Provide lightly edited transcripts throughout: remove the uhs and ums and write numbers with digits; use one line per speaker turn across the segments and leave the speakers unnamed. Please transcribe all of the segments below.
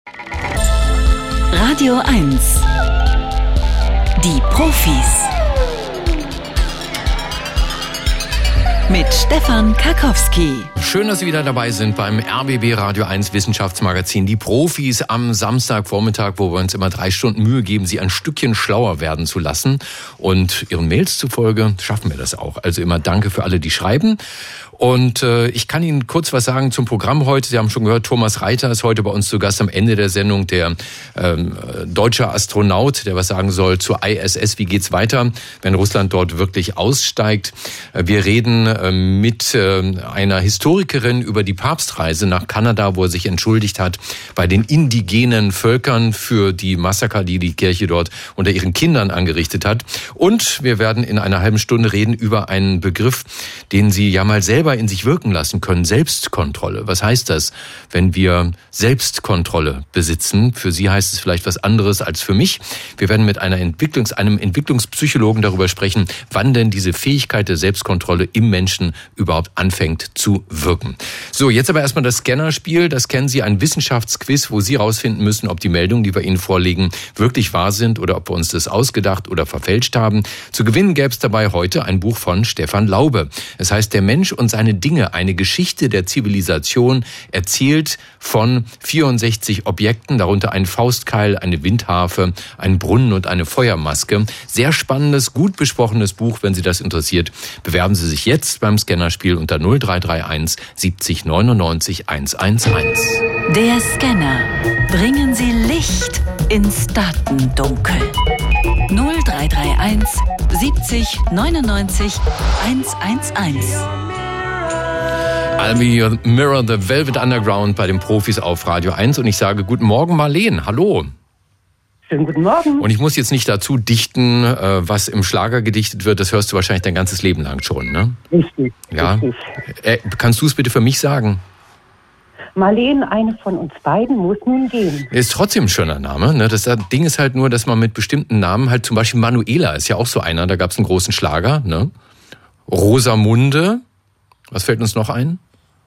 Radio 1. Die Profis. Mit Stefan Karkowski.
Schön, dass Sie wieder dabei sind beim RBB Radio 1 Wissenschaftsmagazin. Die Profis am Samstagvormittag, wo wir uns immer 3 Stunden Mühe geben, Sie ein Stückchen schlauer werden zu lassen. Und Ihren Mails zufolge schaffen wir das auch. Also immer danke für alle, die schreiben. Und ich kann Ihnen kurz was sagen zum Programm heute. Sie haben schon gehört, Thomas Reiter ist heute bei uns zu Gast am Ende der Sendung, der deutsche Astronaut, der was sagen soll zur ISS. Wie geht's weiter, wenn Russland dort wirklich aussteigt? Wir reden mit einer Historikerin über die Papstreise nach Kanada, wo er sich entschuldigt hat bei den indigenen Völkern für die Massaker, die die Kirche dort unter ihren Kindern angerichtet hat. Und wir werden in einer halben Stunde reden über einen Begriff, den Sie ja mal selber in sich wirken lassen können. Selbstkontrolle. Was heißt das, wenn wir Selbstkontrolle besitzen? Für Sie heißt es vielleicht was anderes als für mich. Wir werden mit einem Entwicklungspsychologen darüber sprechen, wann denn diese Fähigkeit der Selbstkontrolle im Menschen überhaupt anfängt zu wirken. So, jetzt aber erstmal das Scannerspiel. Das kennen Sie, ein Wissenschaftsquiz, wo Sie rausfinden müssen, ob die Meldungen, die wir Ihnen vorlegen, wirklich wahr sind oder ob wir uns das ausgedacht oder verfälscht haben. Zu gewinnen gäbe es dabei heute ein Buch von Stefan Laube. Es heißt Der Mensch und seine Dinge, eine Geschichte der Zivilisation, erzählt von 64 Objekten, darunter ein Faustkeil, eine Windharfe, ein Brunnen und eine Feuermaske. Sehr spannendes, gut besprochenes Buch, wenn Sie das interessiert. Bewerben Sie sich jetzt beim Scannerspiel unter 0331 70 99 111.
Der Scanner. Bringen Sie Licht ins Datendunkel. 0331 70 99 111.
I'll be your mirror, the Velvet Underground bei den Profis auf Radio 1. Und ich sage guten Morgen, Marleen. Hallo.
Schönen guten Morgen.
Und ich muss jetzt nicht dazu dichten, was im Schlager gedichtet wird. Das hörst du wahrscheinlich dein ganzes Leben lang schon, ne?
Richtig.
Ja.
Richtig.
Kannst du es bitte für mich sagen?
Marleen, eine von uns beiden muss nun gehen.
Ist trotzdem ein schöner Name. Ne? Das Ding ist halt nur, dass man mit bestimmten Namen, halt zum Beispiel Manuela ist ja auch so einer, da gab es einen großen Schlager. Ne? Rosamunde. Was fällt uns noch ein?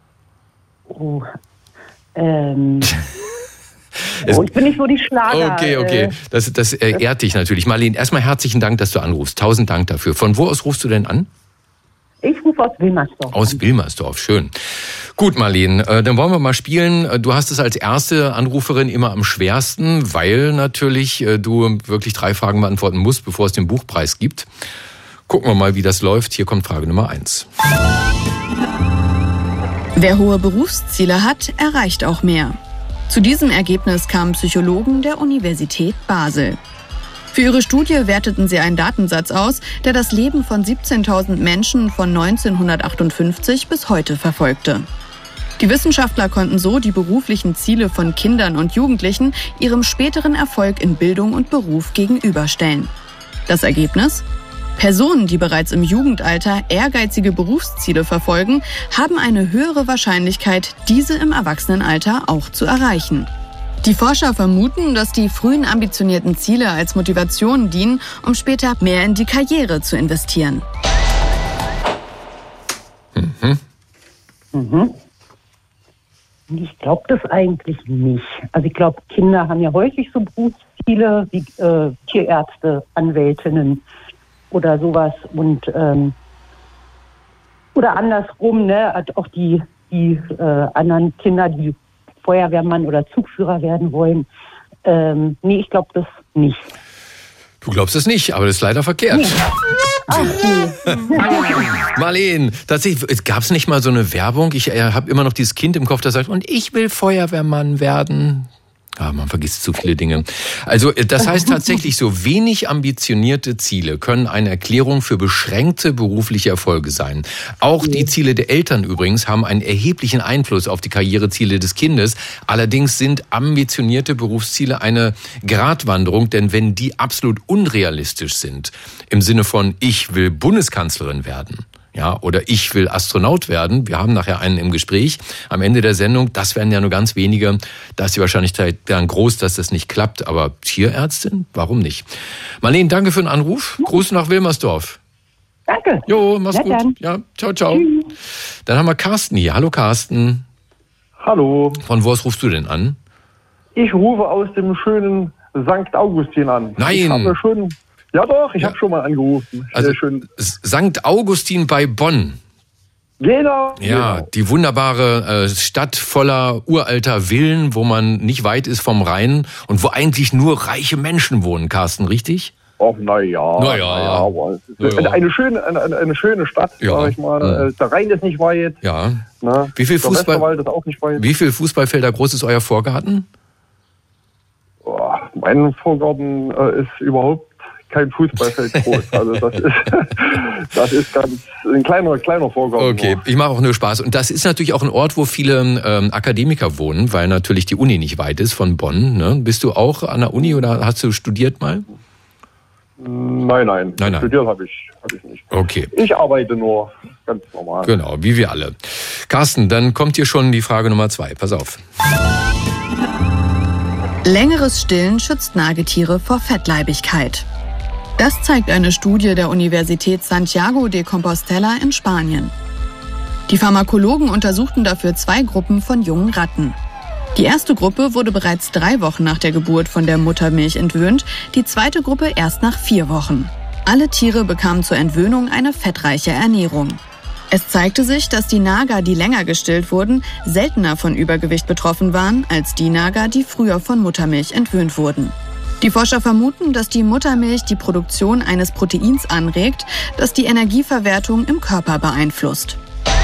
Ich bin nicht so die Schlager.
Okay. Das ehrt dich natürlich. Marleen, erstmal herzlichen Dank, dass du anrufst. 1000 Dank dafür. Von wo aus rufst du denn an?
Ich rufe aus Wilmersdorf.
Aus Wilmersdorf, schön. Gut, Marleen, dann wollen wir mal spielen. Du hast es als erste Anruferin immer am schwersten, weil natürlich du wirklich 3 Fragen beantworten musst, bevor es den Buchpreis gibt. Gucken wir mal, wie das läuft. Hier kommt Frage Nummer 1.
Wer hohe Berufsziele hat, erreicht auch mehr. Zu diesem Ergebnis kamen Psychologen der Universität Basel. Für ihre Studie werteten sie einen Datensatz aus, der das Leben von 17.000 Menschen von 1958 bis heute verfolgte. Die Wissenschaftler konnten so die beruflichen Ziele von Kindern und Jugendlichen ihrem späteren Erfolg in Bildung und Beruf gegenüberstellen. Das Ergebnis? Personen, die bereits im Jugendalter ehrgeizige Berufsziele verfolgen, haben eine höhere Wahrscheinlichkeit, diese im Erwachsenenalter auch zu erreichen. Die Forscher vermuten, dass die frühen ambitionierten Ziele als Motivation dienen, um später mehr in die Karriere zu investieren.
Ich glaube das eigentlich nicht. Also ich glaube, Kinder haben ja häufig so Berufsziele wie Tierärzte, Anwältinnen oder sowas und oder andersrum, ne? Auch die anderen Kinder, die Feuerwehrmann oder Zugführer werden wollen. Nee, ich glaube das nicht.
Du glaubst es nicht, aber das ist leider verkehrt.
Nee. Ach, nee.
Marleen, tatsächlich, gab es nicht mal so eine Werbung? Ich habe immer noch dieses Kind im Kopf, das sagt, und ich will Feuerwehrmann werden. Man vergisst zu viele Dinge. Also das heißt tatsächlich, so wenig ambitionierte Ziele können eine Erklärung für beschränkte berufliche Erfolge sein. Auch die Ziele der Eltern übrigens haben einen erheblichen Einfluss auf die Karriereziele des Kindes. Allerdings sind ambitionierte Berufsziele eine Gratwanderung, denn wenn die absolut unrealistisch sind, im Sinne von ich will Bundeskanzlerin werden, ja, oder ich will Astronaut werden. Wir haben nachher einen im Gespräch am Ende der Sendung. Das wären ja nur ganz wenige. Da ist die Wahrscheinlichkeit dann groß, dass das nicht klappt. Aber Tierärztin? Warum nicht? Marleen, danke für den Anruf. Gruß nach Wilmersdorf.
Danke.
Jo, mach's gut.
Dann.
Ja, ciao. Dann haben wir Carsten hier. Hallo Carsten.
Hallo.
Von wo aus rufst du denn an?
Ich rufe aus dem schönen St. Augustin an.
Nein!
Ich habe schon mal angerufen.
Also
schön.
St. Augustin bei Bonn.
Genau.
Ja,
genau.
Die wunderbare Stadt voller uralter Villen, wo man nicht weit ist vom Rhein und wo eigentlich nur reiche Menschen wohnen, Carsten, richtig?
Ach, naja. Aber eine schöne Stadt, sag ich mal. Der Rhein ist nicht weit.
Ja.
Ne?
Wie viel
Westerwald ist auch nicht weit.
Wie viel Fußballfelder groß ist euer Vorgarten?
Mein Vorgarten ist überhaupt kein Fußballfeld groß. Also das ist ganz ein kleiner Vorgarten.
Okay, ich mache auch nur Spaß. Und das ist natürlich auch ein Ort, wo viele Akademiker wohnen, weil natürlich die Uni nicht weit ist von Bonn. Ne? Bist du auch an der Uni oder hast du studiert mal?
Nein. Studiert habe ich nicht.
Okay.
Ich arbeite nur ganz normal.
Genau, wie wir alle. Carsten, dann kommt hier schon die Frage Nummer 2. Pass auf.
Längeres Stillen schützt Nagetiere vor Fettleibigkeit. Das zeigt eine Studie der Universität Santiago de Compostela in Spanien. Die Pharmakologen untersuchten dafür 2 Gruppen von jungen Ratten. Die erste Gruppe wurde bereits 3 Wochen nach der Geburt von der Muttermilch entwöhnt, die zweite Gruppe erst nach 4 Wochen. Alle Tiere bekamen zur Entwöhnung eine fettreiche Ernährung. Es zeigte sich, dass die Nager, die länger gestillt wurden, seltener von Übergewicht betroffen waren als die Nager, die früher von Muttermilch entwöhnt wurden. Die Forscher vermuten, dass die Muttermilch die Produktion eines Proteins anregt, das die Energieverwertung im Körper beeinflusst.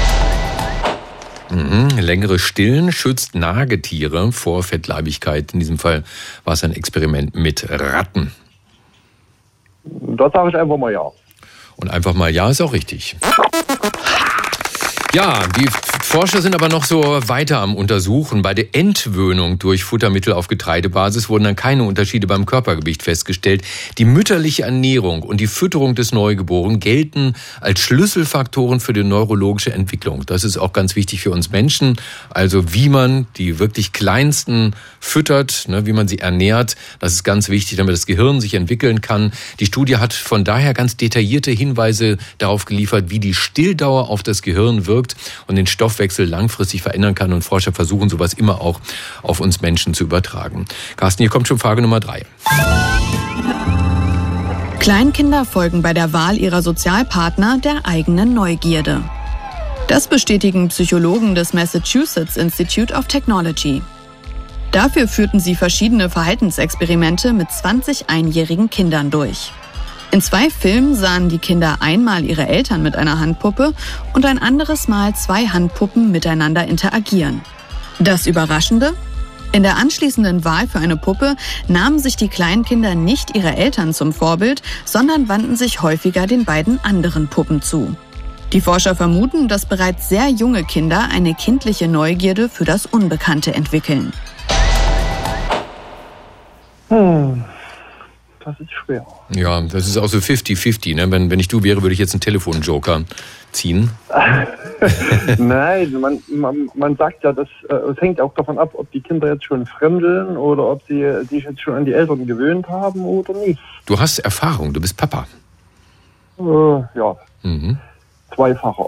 Längere Stillen schützt Nagetiere vor Fettleibigkeit. In diesem Fall war es ein Experiment mit Ratten.
Das sage ich einfach mal ja.
Und einfach mal ja ist auch richtig. Ja, die Forscher sind aber noch so weiter am Untersuchen. Bei der Entwöhnung durch Futtermittel auf Getreidebasis wurden dann keine Unterschiede beim Körpergewicht festgestellt. Die mütterliche Ernährung und die Fütterung des Neugeborenen gelten als Schlüsselfaktoren für die neurologische Entwicklung. Das ist auch ganz wichtig für uns Menschen. Also wie man die wirklich Kleinsten füttert, wie man sie ernährt, das ist ganz wichtig, damit das Gehirn sich entwickeln kann. Die Studie hat von daher ganz detaillierte Hinweise darauf geliefert, wie die Stilldauer auf das Gehirn wirkt und den Stoffwechsel langfristig verändern kann. Und Forscher versuchen sowas immer auch auf uns Menschen zu übertragen. Carsten, hier kommt schon Frage Nummer 3.
Kleinkinder folgen bei der Wahl ihrer Sozialpartner der eigenen Neugierde. Das bestätigen Psychologen des Massachusetts Institute of Technology. Dafür führten sie verschiedene Verhaltensexperimente mit 20 einjährigen Kindern durch. In 2 Filmen sahen die Kinder einmal ihre Eltern mit einer Handpuppe und ein anderes Mal 2 Handpuppen miteinander interagieren. Das Überraschende? In der anschließenden Wahl für eine Puppe nahmen sich die Kleinkinder nicht ihre Eltern zum Vorbild, sondern wandten sich häufiger den beiden anderen Puppen zu. Die Forscher vermuten, dass bereits sehr junge Kinder eine kindliche Neugierde für das Unbekannte entwickeln.
Das ist schwer.
Ja, das ist auch so 50-50. Ne? Wenn ich du wäre, würde ich jetzt einen Telefonjoker ziehen.
Nein, man sagt ja, es hängt auch davon ab, ob die Kinder jetzt schon fremdeln oder ob sie sich jetzt schon an die Eltern gewöhnt haben oder nicht.
Du hast Erfahrung, du bist Papa.
Ja, zweifacher.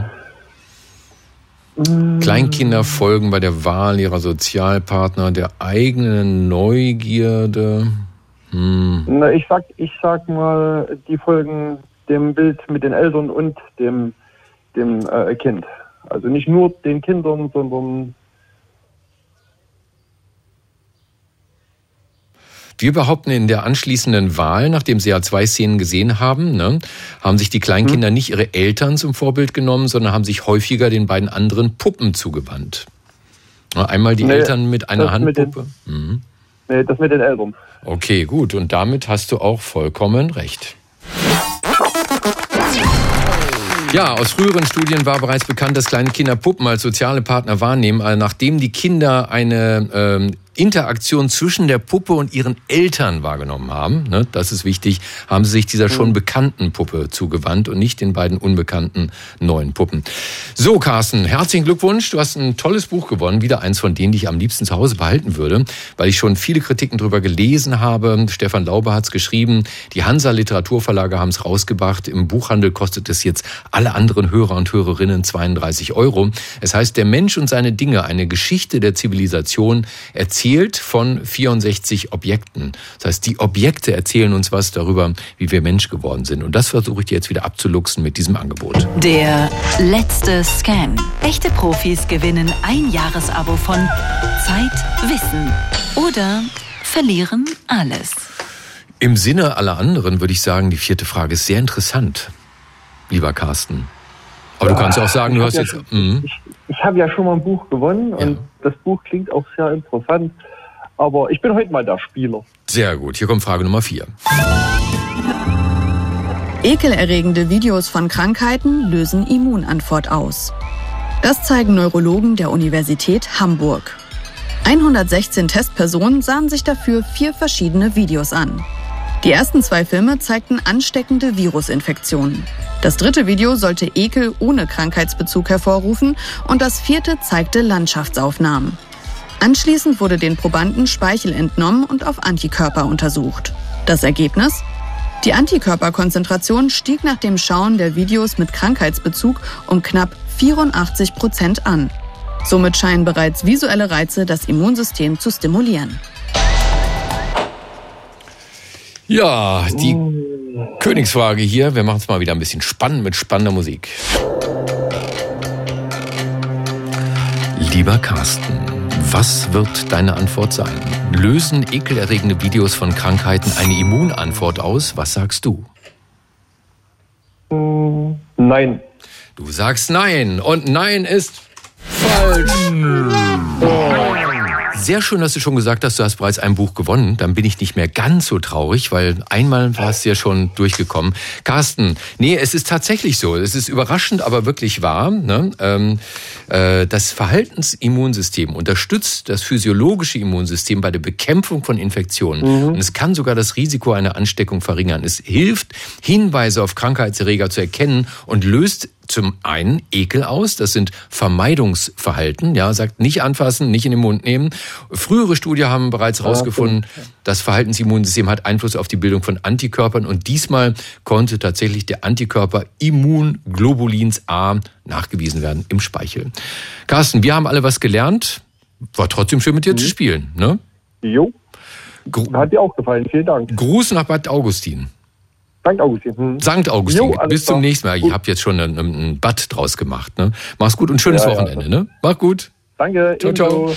Kleinkinder folgen bei der Wahl ihrer Sozialpartner der eigenen Neugierde.
Na, ich sag mal, die folgen dem Bild mit den Eltern und dem Kind. Also nicht nur den Kindern, sondern...
Wir behaupten, in der anschließenden Wahl, nachdem sie ja 2 Szenen gesehen haben, haben sich die Kleinkinder nicht ihre Eltern zum Vorbild genommen, sondern haben sich häufiger den beiden anderen Puppen zugewandt. Einmal die Eltern mit einer Handpuppe.
Nee, das mit den Eltern.
Okay, gut. Und damit hast du auch vollkommen recht. Ja, aus früheren Studien war bereits bekannt, dass kleine Kinder Puppen als soziale Partner wahrnehmen, nachdem die Kinder eine Interaktion zwischen der Puppe und ihren Eltern wahrgenommen haben, ne, das ist wichtig, haben sie sich dieser schon bekannten Puppe zugewandt und nicht den beiden unbekannten neuen Puppen. So, Carsten, herzlichen Glückwunsch. Du hast ein tolles Buch gewonnen, wieder eins von denen, die ich am liebsten zu Hause behalten würde, weil ich schon viele Kritiken drüber gelesen habe. Stefan Laube hat's geschrieben, die Hansa Literaturverlage haben es rausgebracht. Im Buchhandel kostet es jetzt alle anderen Hörer und Hörerinnen 32 €. Es heißt, der Mensch und seine Dinge, eine Geschichte der Zivilisation, erzählt erzählt von 64 Objekten. Das heißt, die Objekte erzählen uns was darüber, wie wir Mensch geworden sind. Und das versuche ich dir jetzt wieder abzuluxen mit diesem Angebot.
Der letzte Scan. Echte Profis gewinnen ein Jahresabo von Zeit, Wissen oder verlieren alles.
Im Sinne aller anderen würde ich sagen, die 4. Frage ist sehr interessant, lieber Carsten. Aber du kannst auch sagen, du hast jetzt...
Ich habe ja schon mal ein Buch gewonnen und das Buch klingt auch sehr interessant. Aber ich bin heute mal der Spieler.
Sehr gut, hier kommt Frage Nummer 4.
Ekelerregende Videos von Krankheiten lösen Immunantwort aus. Das zeigen Neurologen der Universität Hamburg. 116 Testpersonen sahen sich dafür 4 verschiedene Videos an. Die ersten 2 Filme zeigten ansteckende Virusinfektionen. Das 3. Video sollte Ekel ohne Krankheitsbezug hervorrufen und das 4. zeigte Landschaftsaufnahmen. Anschließend wurde den Probanden Speichel entnommen und auf Antikörper untersucht. Das Ergebnis? Die Antikörperkonzentration stieg nach dem Schauen der Videos mit Krankheitsbezug um knapp 84% an. Somit scheinen bereits visuelle Reize das Immunsystem zu stimulieren.
Ja, die Königsfrage hier. Wir machen es mal wieder ein bisschen spannend mit spannender Musik. Lieber Carsten, was wird deine Antwort sein? Lösen ekelerregende Videos von Krankheiten eine Immunantwort aus? Was sagst du?
Nein.
Du sagst nein. Und nein ist falsch. Sehr schön, dass du schon gesagt hast, du hast bereits ein Buch gewonnen. Dann bin ich nicht mehr ganz so traurig, weil einmal war es ja schon durchgekommen. Carsten, nee, es ist tatsächlich so. Es ist überraschend, aber wirklich wahr. Ne? Das Verhaltensimmunsystem unterstützt das physiologische Immunsystem bei der Bekämpfung von Infektionen. Und es kann sogar das Risiko einer Ansteckung verringern. Es hilft, Hinweise auf Krankheitserreger zu erkennen und löst zum einen Ekel aus, das sind Vermeidungsverhalten, ja, sagt nicht anfassen, nicht in den Mund nehmen. Frühere Studien haben bereits herausgefunden, das Verhaltensimmunsystem hat Einfluss auf die Bildung von Antikörpern und diesmal konnte tatsächlich der Antikörper Immunglobulins A nachgewiesen werden im Speichel. Carsten, wir haben alle was gelernt, war trotzdem schön mit dir zu spielen, ne?
Jo, hat dir auch gefallen, vielen Dank.
Gruß nach Bad Augustin.
St. Augustin.
St. Augustin. Jo, bis zum nächsten Mal. Ich habe jetzt schon ein Bad draus gemacht. Ne? Mach's gut und schönes Wochenende. Ne? Mach gut.
Danke.
Ciao, ciao.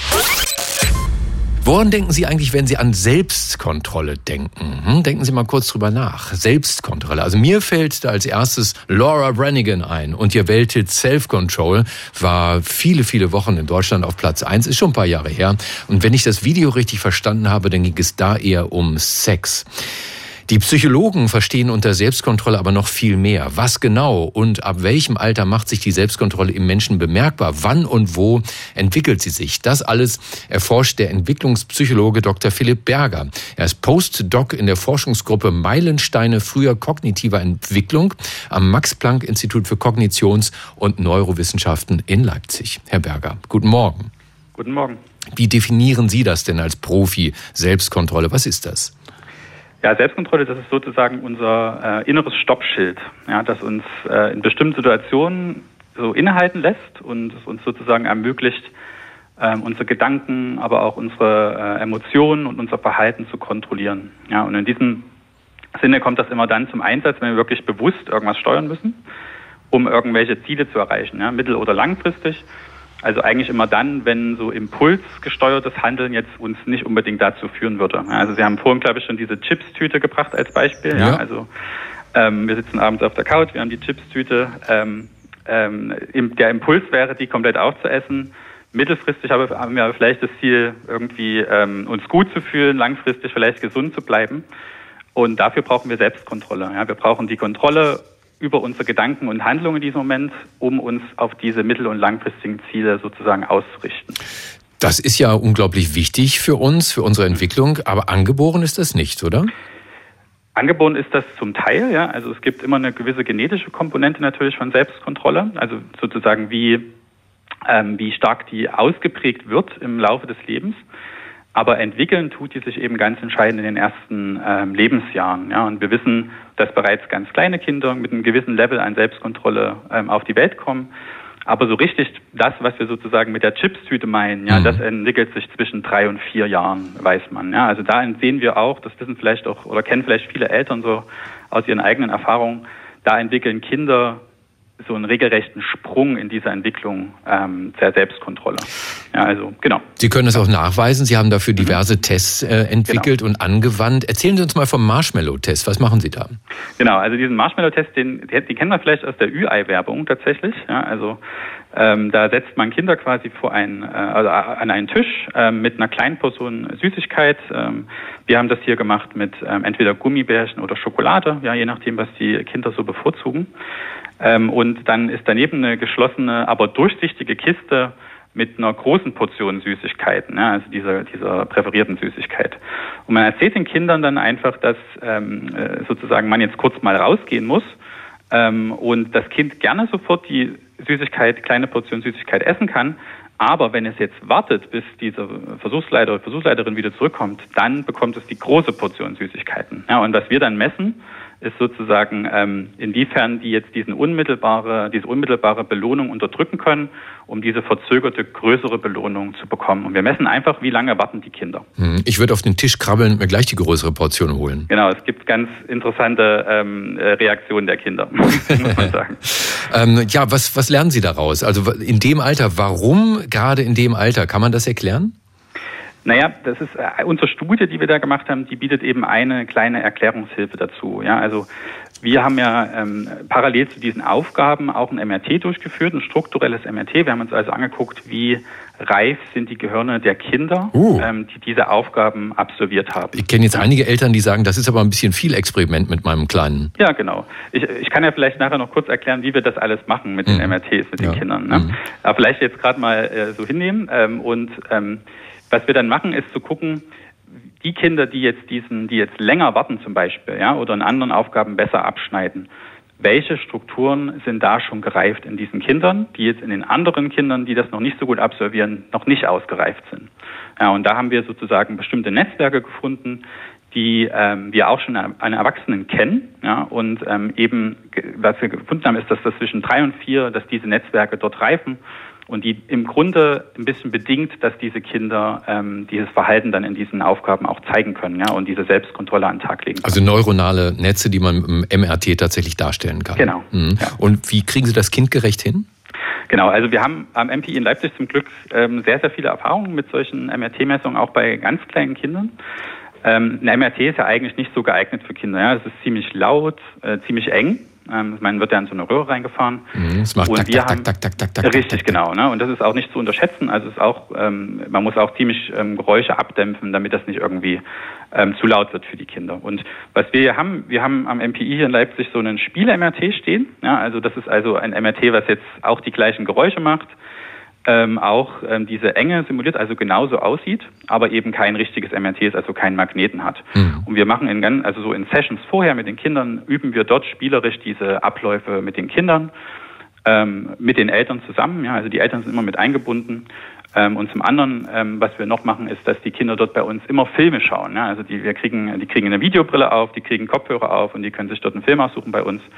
Woran denken Sie eigentlich, wenn Sie an Selbstkontrolle denken? Denken Sie mal kurz drüber nach. Selbstkontrolle. Also mir fällt da als erstes Laura Branigan ein. Und ihr Welthit Self-Control war viele, viele Wochen in Deutschland auf Platz 1. Ist schon ein paar Jahre her. Und wenn ich das Video richtig verstanden habe, dann ging es da eher um Sex. Die Psychologen verstehen unter Selbstkontrolle aber noch viel mehr. Was genau und ab welchem Alter macht sich die Selbstkontrolle im Menschen bemerkbar? Wann und wo entwickelt sie sich? Das alles erforscht der Entwicklungspsychologe Dr. Philipp Berger. Er ist Postdoc in der Forschungsgruppe Meilensteine früher kognitiver Entwicklung am Max-Planck-Institut für Kognitions- und Neurowissenschaften in Leipzig. Herr Berger, guten Morgen.
Guten Morgen.
Wie definieren Sie das denn als Profi, Selbstkontrolle? Was ist das?
Ja, Selbstkontrolle, das ist sozusagen unser inneres Stoppschild, ja, das uns in bestimmten Situationen so innehalten lässt und es uns sozusagen ermöglicht, unsere Gedanken, aber auch unsere Emotionen und unser Verhalten zu kontrollieren. Ja, und in diesem Sinne kommt das immer dann zum Einsatz, wenn wir wirklich bewusst irgendwas steuern müssen, um irgendwelche Ziele zu erreichen, ja, mittel- oder langfristig. Also eigentlich immer dann, wenn so impulsgesteuertes Handeln jetzt uns nicht unbedingt dazu führen würde. Also Sie haben vorhin, glaube ich, schon diese Chips-Tüte gebracht als Beispiel. Ja. Also wir sitzen abends auf der Couch, wir haben die Chips-Tüte. Der Impuls wäre, die komplett aufzuessen. Mittelfristig haben wir vielleicht das Ziel, irgendwie uns gut zu fühlen, langfristig vielleicht gesund zu bleiben. Und dafür brauchen wir Selbstkontrolle. Ja. Wir brauchen die Kontrolle über unsere Gedanken und Handlungen in diesem Moment, um uns auf diese mittel- und langfristigen Ziele sozusagen auszurichten.
Das ist ja unglaublich wichtig für uns, für unsere Entwicklung, aber angeboren ist das nicht, oder?
Angeboren ist das zum Teil, ja. Also es gibt immer eine gewisse genetische Komponente natürlich von Selbstkontrolle, also sozusagen wie stark die ausgeprägt wird im Laufe des Lebens. Aber entwickeln tut die sich eben ganz entscheidend in den ersten Lebensjahren. Ja. Und wir wissen, dass bereits ganz kleine Kinder mit einem gewissen Level an Selbstkontrolle auf die Welt kommen. Aber so richtig das, was wir sozusagen mit der Chipstüte meinen, ja, das entwickelt sich zwischen 3 und 4 Jahren, weiß man. Ja, also da sehen wir auch, das wissen vielleicht auch oder kennen vielleicht viele Eltern so aus ihren eigenen Erfahrungen, da entwickeln Kinder so einen regelrechten Sprung in dieser Entwicklung der Selbstkontrolle. Ja, also genau.
Sie können das auch nachweisen. Sie haben dafür diverse Tests entwickelt und angewandt. Erzählen Sie uns mal vom Marshmallow-Test. Was machen Sie da?
Genau, also diesen Marshmallow-Test, den kennen wir vielleicht aus der Ü-Ei-Werbung tatsächlich. Ja, also da setzt man Kinder quasi an einen Tisch mit einer kleinen Portion Süßigkeit. Wir haben das hier gemacht mit entweder Gummibärchen oder Schokolade, ja, je nachdem, was die Kinder so bevorzugen. Und dann ist daneben eine geschlossene, aber durchsichtige Kiste mit einer großen Portion Süßigkeiten, ja, also dieser präferierten Süßigkeit. Und man erzählt den Kindern dann einfach, dass sozusagen man jetzt kurz mal rausgehen muss und das Kind gerne sofort die kleine Portion Süßigkeit essen kann. Aber wenn es jetzt wartet, bis dieser Versuchsleiter oder Versuchsleiterin wieder zurückkommt, dann bekommt es die große Portion Süßigkeiten. Ja, und was wir dann messen, ist sozusagen, inwiefern die jetzt diese unmittelbare Belohnung unterdrücken können, um diese verzögerte, größere Belohnung zu bekommen. Und wir messen einfach, wie lange warten die Kinder.
Ich würde auf den Tisch krabbeln und mir gleich die größere Portion holen.
Genau, es gibt ganz interessante Reaktionen der Kinder, muss man sagen.
Ja, was lernen Sie daraus? Also in dem Alter, warum gerade in dem Alter? Kann man das erklären?
Naja, das ist unsere Studie, die wir da gemacht haben, die bietet eben eine kleine Erklärungshilfe dazu. Ja, also wir haben ja parallel zu diesen Aufgaben auch ein MRT durchgeführt, ein strukturelles MRT. Wir haben uns also angeguckt, wie reif sind die Gehirne der Kinder, die diese Aufgaben absolviert haben.
Ich kenne jetzt einige Eltern, die sagen, das ist aber ein bisschen viel Experiment mit meinem Kleinen.
Ja, genau. Ich kann ja vielleicht nachher noch kurz erklären, wie wir das alles machen mit den MRTs, mit den Kindern. Ne? Aber vielleicht jetzt gerade mal so hinnehmen was wir dann machen, ist zu gucken, die Kinder, die jetzt länger warten zum Beispiel, ja, oder in anderen Aufgaben besser abschneiden, welche Strukturen sind da schon gereift in diesen Kindern, die jetzt in den anderen Kindern, die das noch nicht so gut absolvieren, noch nicht ausgereift sind. Ja, und da haben wir sozusagen bestimmte Netzwerke gefunden, die wir auch schon an Erwachsenen kennen, ja, und eben, was wir gefunden haben, ist, dass das zwischen 3 und 4, dass diese Netzwerke dort reifen. Und die im Grunde ein bisschen bedingt, dass diese Kinder dieses Verhalten dann in diesen Aufgaben auch zeigen können, ja, und diese Selbstkontrolle an den Tag legen können.
Also neuronale Netze, die man im MRT tatsächlich darstellen kann.
Genau.
Ja. Und wie kriegen Sie das kindgerecht hin?
Genau, also wir haben am MPI in Leipzig zum Glück sehr, sehr viele Erfahrungen mit solchen MRT-Messungen, auch bei ganz kleinen Kindern. Ein MRT ist ja eigentlich nicht so geeignet für Kinder. Ja, es ist ziemlich laut, ziemlich eng. Man wird ja in so eine Röhre reingefahren.
Es macht
tak. Richtig, genau. Ne? Und das ist auch nicht zu unterschätzen. Also es ist auch, man muss auch ziemlich Geräusche abdämpfen, damit das nicht irgendwie zu laut wird für die Kinder. Und was wir haben am MPI hier in Leipzig so einen Spiele-MRT stehen. Ja, also das ist also ein MRT, was jetzt auch die gleichen Geräusche macht. Auch diese Enge simuliert, also genauso aussieht, aber eben kein richtiges MRT ist, also keinen Magneten hat. Und wir machen in Sessions vorher mit den Kindern, üben wir dort spielerisch diese Abläufe mit den Kindern, mit den Eltern zusammen. Ja, also die Eltern sind immer mit eingebunden. Und zum anderen, was wir noch machen, ist, dass die Kinder dort bei uns immer Filme schauen. Ja, also die kriegen eine Videobrille auf, die kriegen Kopfhörer auf und die können sich dort einen Film aussuchen bei uns.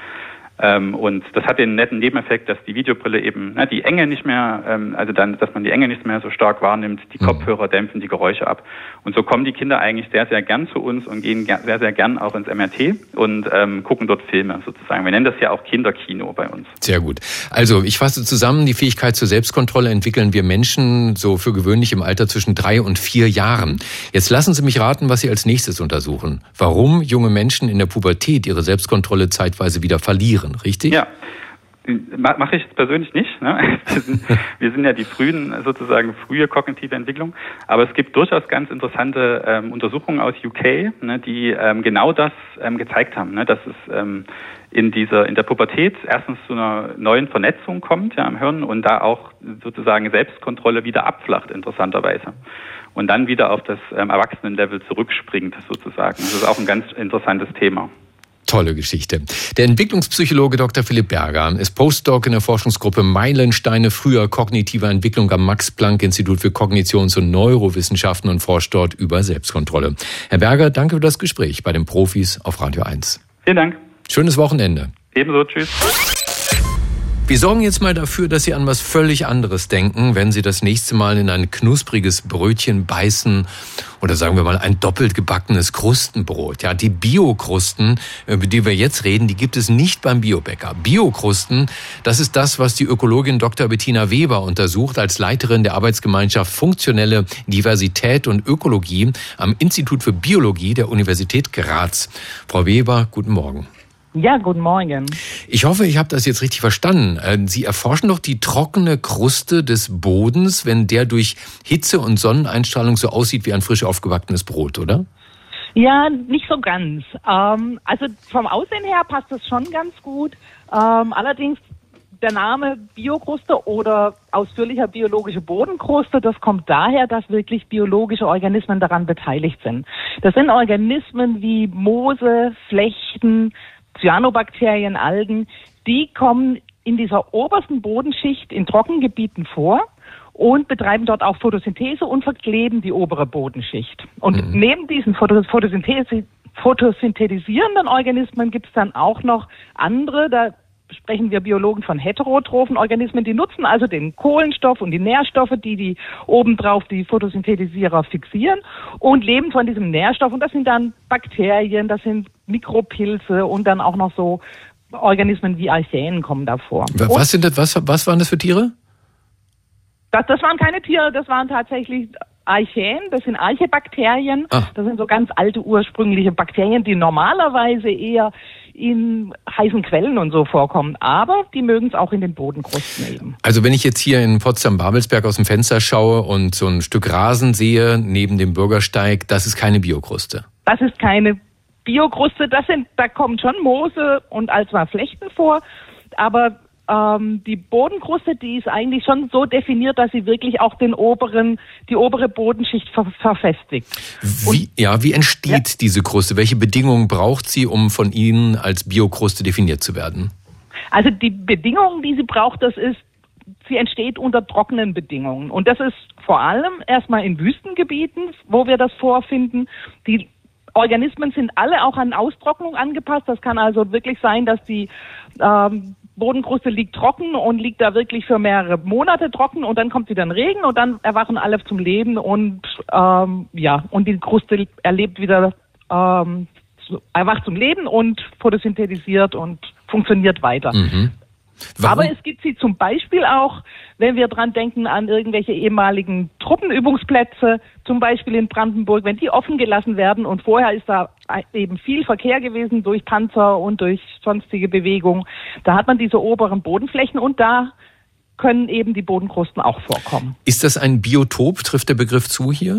Und das hat den netten Nebeneffekt, dass die Videobrille eben die Enge nicht mehr, dass man die Enge nicht mehr so stark wahrnimmt, die Kopfhörer dämpfen die Geräusche ab. Und so kommen die Kinder eigentlich sehr, sehr gern zu uns und gehen sehr, sehr gern auch ins MRT und gucken dort Filme sozusagen. Wir nennen das ja auch Kinderkino bei uns.
Sehr gut. Also ich fasse zusammen, die Fähigkeit zur Selbstkontrolle entwickeln wir Menschen so für gewöhnlich im Alter zwischen 3 und 4 Jahren. Jetzt lassen Sie mich raten, was Sie als nächstes untersuchen. Warum junge Menschen in der Pubertät ihre Selbstkontrolle zeitweise wieder verlieren. Richtig?
Ja, mache ich jetzt persönlich nicht. Ne? Wir sind ja die frühe kognitive Entwicklung. Aber es gibt durchaus ganz interessante Untersuchungen aus UK, ne, die genau das gezeigt haben, ne, dass es in der Pubertät erstens zu einer neuen Vernetzung kommt, ja, im Hirn und da auch sozusagen Selbstkontrolle wieder abflacht, interessanterweise. Und dann wieder auf das Erwachsenenlevel zurückspringt, sozusagen. Das ist auch ein ganz interessantes Thema.
Tolle Geschichte. Der Entwicklungspsychologe Dr. Philipp Berger ist Postdoc in der Forschungsgruppe Meilensteine früher kognitiver Entwicklung am Max-Planck-Institut für Kognitions- und Neurowissenschaften und forscht dort über Selbstkontrolle. Herr Berger, danke für das Gespräch bei den Profis auf Radio 1.
Vielen Dank.
Schönes Wochenende.
Ebenso, tschüss.
Wir sorgen jetzt mal dafür, dass Sie an was völlig anderes denken, wenn Sie das nächste Mal in ein knuspriges Brötchen beißen oder sagen wir mal ein doppelt gebackenes Krustenbrot. Ja, die Biokrusten, über die wir jetzt reden, die gibt es nicht beim Biobäcker. Biokrusten, das ist das, was die Ökologin Dr. Bettina Weber untersucht als Leiterin der Arbeitsgemeinschaft Funktionelle Diversität und Ökologie am Institut für Biologie der Universität Graz. Frau Weber, guten Morgen.
Ja, guten Morgen.
Ich hoffe, ich habe das jetzt richtig verstanden. Sie erforschen doch die trockene Kruste des Bodens, wenn der durch Hitze und Sonneneinstrahlung so aussieht wie ein frisch aufgebackenes Brot, oder?
Ja, nicht so ganz. Also vom Aussehen her passt das schon ganz gut. Allerdings der Name Biokruste oder ausführlicher biologische Bodenkruste, das kommt daher, dass wirklich biologische Organismen daran beteiligt sind. Das sind Organismen wie Moose, Flechten, Cyanobakterien, Algen, die kommen in dieser obersten Bodenschicht in Trockengebieten vor und betreiben dort auch Photosynthese und verkleben die obere Bodenschicht. Und neben diesen photosynthetisierenden Organismen gibt es dann auch noch andere, da sprechen wir Biologen von heterotrophen Organismen, die nutzen also den Kohlenstoff und die Nährstoffe, die obendrauf die Photosynthetisierer fixieren und leben von diesem Nährstoff. Und das sind dann Bakterien, das sind Mikropilze und dann auch noch so Organismen wie Archaeen kommen davor.
Was sind das? Was waren das für Tiere?
Das waren keine Tiere, das waren tatsächlich Archaeen, das sind Archebakterien. Das sind so ganz alte ursprüngliche Bakterien, die normalerweise eher in heißen Quellen und so vorkommen, aber die mögen es auch in den Bodenkrusten eben.
Also wenn ich jetzt hier in Potsdam-Babelsberg aus dem Fenster schaue und so ein Stück Rasen sehe neben dem Bürgersteig, das ist keine Biokruste?
Das ist keine Biokruste, da kommen schon Moose und also Flechten vor, aber die Bodenkruste, die ist eigentlich schon so definiert, dass sie wirklich auch die obere Bodenschicht verfestigt.
Wie entsteht diese Kruste? Welche Bedingungen braucht sie, um von Ihnen als Biokruste definiert zu werden?
Also die Bedingungen, die sie braucht, sie entsteht unter trockenen Bedingungen. Und das ist vor allem erstmal in Wüstengebieten, wo wir das vorfinden. Die Organismen sind alle auch an Austrocknung angepasst. Das kann also wirklich sein, dass die Bodenkruste liegt trocken und liegt da wirklich für mehrere Monate trocken und dann kommt wieder ein Regen und dann erwachen alle zum Leben und und die Kruste erlebt wieder, erwacht zum Leben und photosynthetisiert und funktioniert weiter.
Warum?
Aber es gibt sie zum Beispiel auch, wenn wir dran denken an irgendwelche ehemaligen Truppenübungsplätze, zum Beispiel in Brandenburg, wenn die offen gelassen werden und vorher ist da eben viel Verkehr gewesen durch Panzer und durch sonstige Bewegungen, da hat man diese oberen Bodenflächen und da können eben die Bodenkrusten auch vorkommen.
Ist das ein Biotop? Trifft der Begriff zu hier?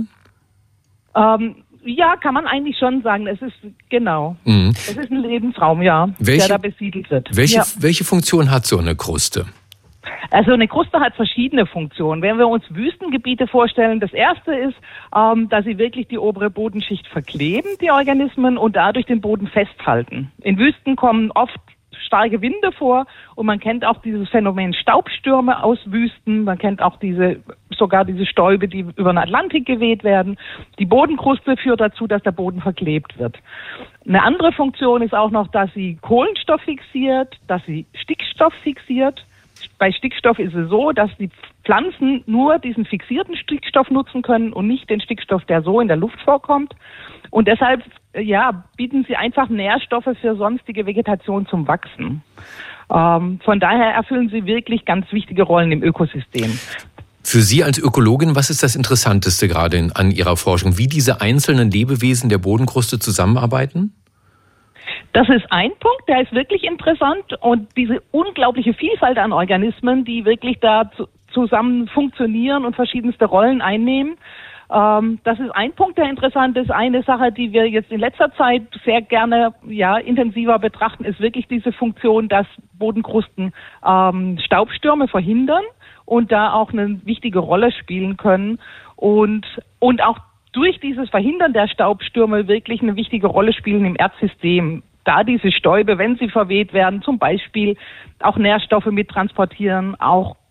Ja, kann man eigentlich schon sagen. Es ist, genau. Es ist ein Lebensraum, der da besiedelt wird.
Welche Funktion hat so eine Kruste?
Also eine Kruste hat verschiedene Funktionen. Wenn wir uns Wüstengebiete vorstellen, das erste ist, dass sie wirklich die obere Bodenschicht verkleben, die Organismen, und dadurch den Boden festhalten. In Wüsten kommen oft starke Winde vor und man kennt auch dieses Phänomen Staubstürme aus Wüsten. Man kennt auch sogar diese Stäube, die über den Atlantik geweht werden. Die Bodenkruste führt dazu, dass der Boden verklebt wird. Eine andere Funktion ist auch noch, dass sie Kohlenstoff fixiert, dass sie Stickstoff fixiert. Bei Stickstoff ist es so, dass die Pflanzen nur diesen fixierten Stickstoff nutzen können und nicht den Stickstoff, der so in der Luft vorkommt. Und deshalb, bieten sie einfach Nährstoffe für sonstige Vegetation zum Wachsen. Von daher erfüllen sie wirklich ganz wichtige Rollen im Ökosystem.
Für Sie als Ökologin, was ist das Interessanteste gerade an Ihrer Forschung? Wie diese einzelnen Lebewesen der Bodenkruste zusammenarbeiten?
Das ist ein Punkt, der ist wirklich interessant und diese unglaubliche Vielfalt an Organismen, die wirklich da zusammen funktionieren und verschiedenste Rollen einnehmen. Das ist ein Punkt, der interessant ist. Eine Sache, die wir jetzt in letzter Zeit sehr gerne intensiver betrachten, ist wirklich diese Funktion, dass Bodenkrusten Staubstürme verhindern und da auch eine wichtige Rolle spielen können und auch durch dieses Verhindern der Staubstürme wirklich eine wichtige Rolle spielen im Erdsystem. Da diese Stäube, wenn sie verweht werden, zum Beispiel auch Nährstoffe mittransportieren, auch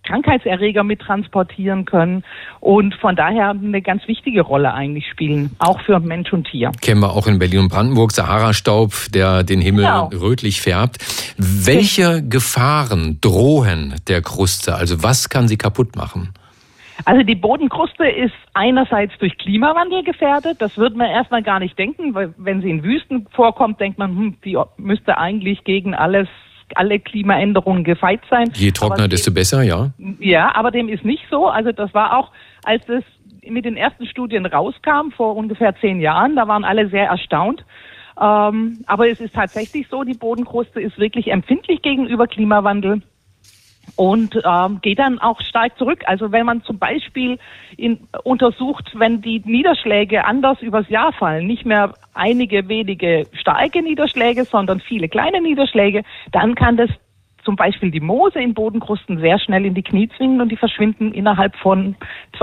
Krankheitserreger mittransportieren können und von daher eine ganz wichtige Rolle eigentlich spielen, auch für Mensch und Tier.
Kennen wir auch in Berlin und Brandenburg, Sahara-Staub, der den Himmel rötlich färbt. Welche Gefahren drohen der Kruste? Also was kann sie kaputt machen?
Also die Bodenkruste ist einerseits durch Klimawandel gefährdet. Das würde man erstmal gar nicht denken, weil wenn sie in Wüsten vorkommt, denkt man, die müsste eigentlich gegen alle Klimaänderungen gefeit sein.
Je trockener, desto besser, ja.
Ja, aber dem ist nicht so. Also das war auch, als das mit den ersten Studien rauskam, vor ungefähr 10 Jahren, da waren alle sehr erstaunt. Aber es ist tatsächlich so, die Bodenkruste ist wirklich empfindlich gegenüber Klimawandel und geht dann auch stark zurück. Also wenn man zum Beispiel untersucht, wenn die Niederschläge anders übers Jahr fallen, nicht mehr einige wenige starke Niederschläge, sondern viele kleine Niederschläge, dann kann das zum Beispiel die Moose in Bodenkrusten sehr schnell in die Knie zwingen und die verschwinden innerhalb von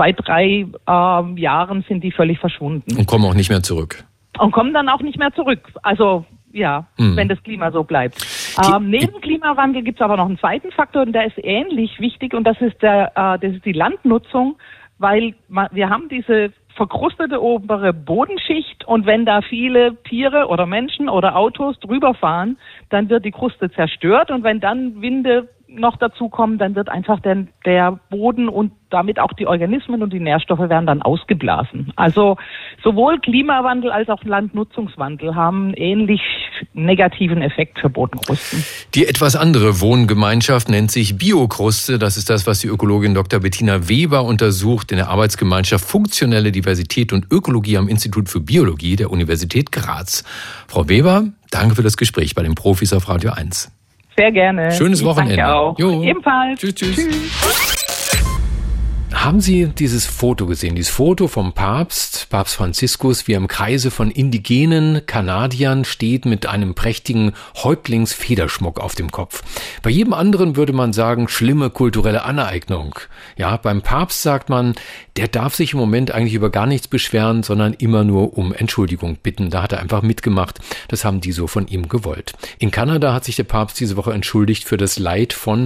2-3 Jahren sind die völlig verschwunden.
Und kommen auch nicht mehr zurück.
Und kommen dann auch nicht mehr zurück. Also wenn das Klima so bleibt. Neben Klimawandel gibt es aber noch einen zweiten Faktor und der ist ähnlich wichtig und das ist die Landnutzung, weil wir haben diese verkrustete obere Bodenschicht und wenn da viele Tiere oder Menschen oder Autos drüber fahren, dann wird die Kruste zerstört und wenn dann Winde noch dazu kommen, dann wird einfach der Boden und damit auch die Organismen und die Nährstoffe werden dann ausgeblasen. Also sowohl Klimawandel als auch Landnutzungswandel haben einen ähnlich negativen Effekt für Bodenkrusten.
Die etwas andere Wohngemeinschaft nennt sich Biokruste. Das ist das, was die Ökologin Dr. Bettina Weber untersucht in der Arbeitsgemeinschaft Funktionelle Diversität und Ökologie am Institut für Biologie der Universität Graz. Frau Weber, danke für das Gespräch bei den Profis auf Radio 1.
Sehr gerne.
Schönes Wochenende.
Danke auch.
Jo.
Ebenfalls.
Tschüss. Haben Sie dieses Foto gesehen? Dieses Foto vom Papst Franziskus, wie er im Kreise von indigenen Kanadiern steht mit einem prächtigen Häuptlingsfederschmuck auf dem Kopf. Bei jedem anderen würde man sagen, schlimme kulturelle Aneignung. Ja, beim Papst sagt man, der darf sich im Moment eigentlich über gar nichts beschweren, sondern immer nur um Entschuldigung bitten. Da hat er einfach mitgemacht. Das haben die so von ihm gewollt. In Kanada hat sich der Papst diese Woche entschuldigt für das Leid von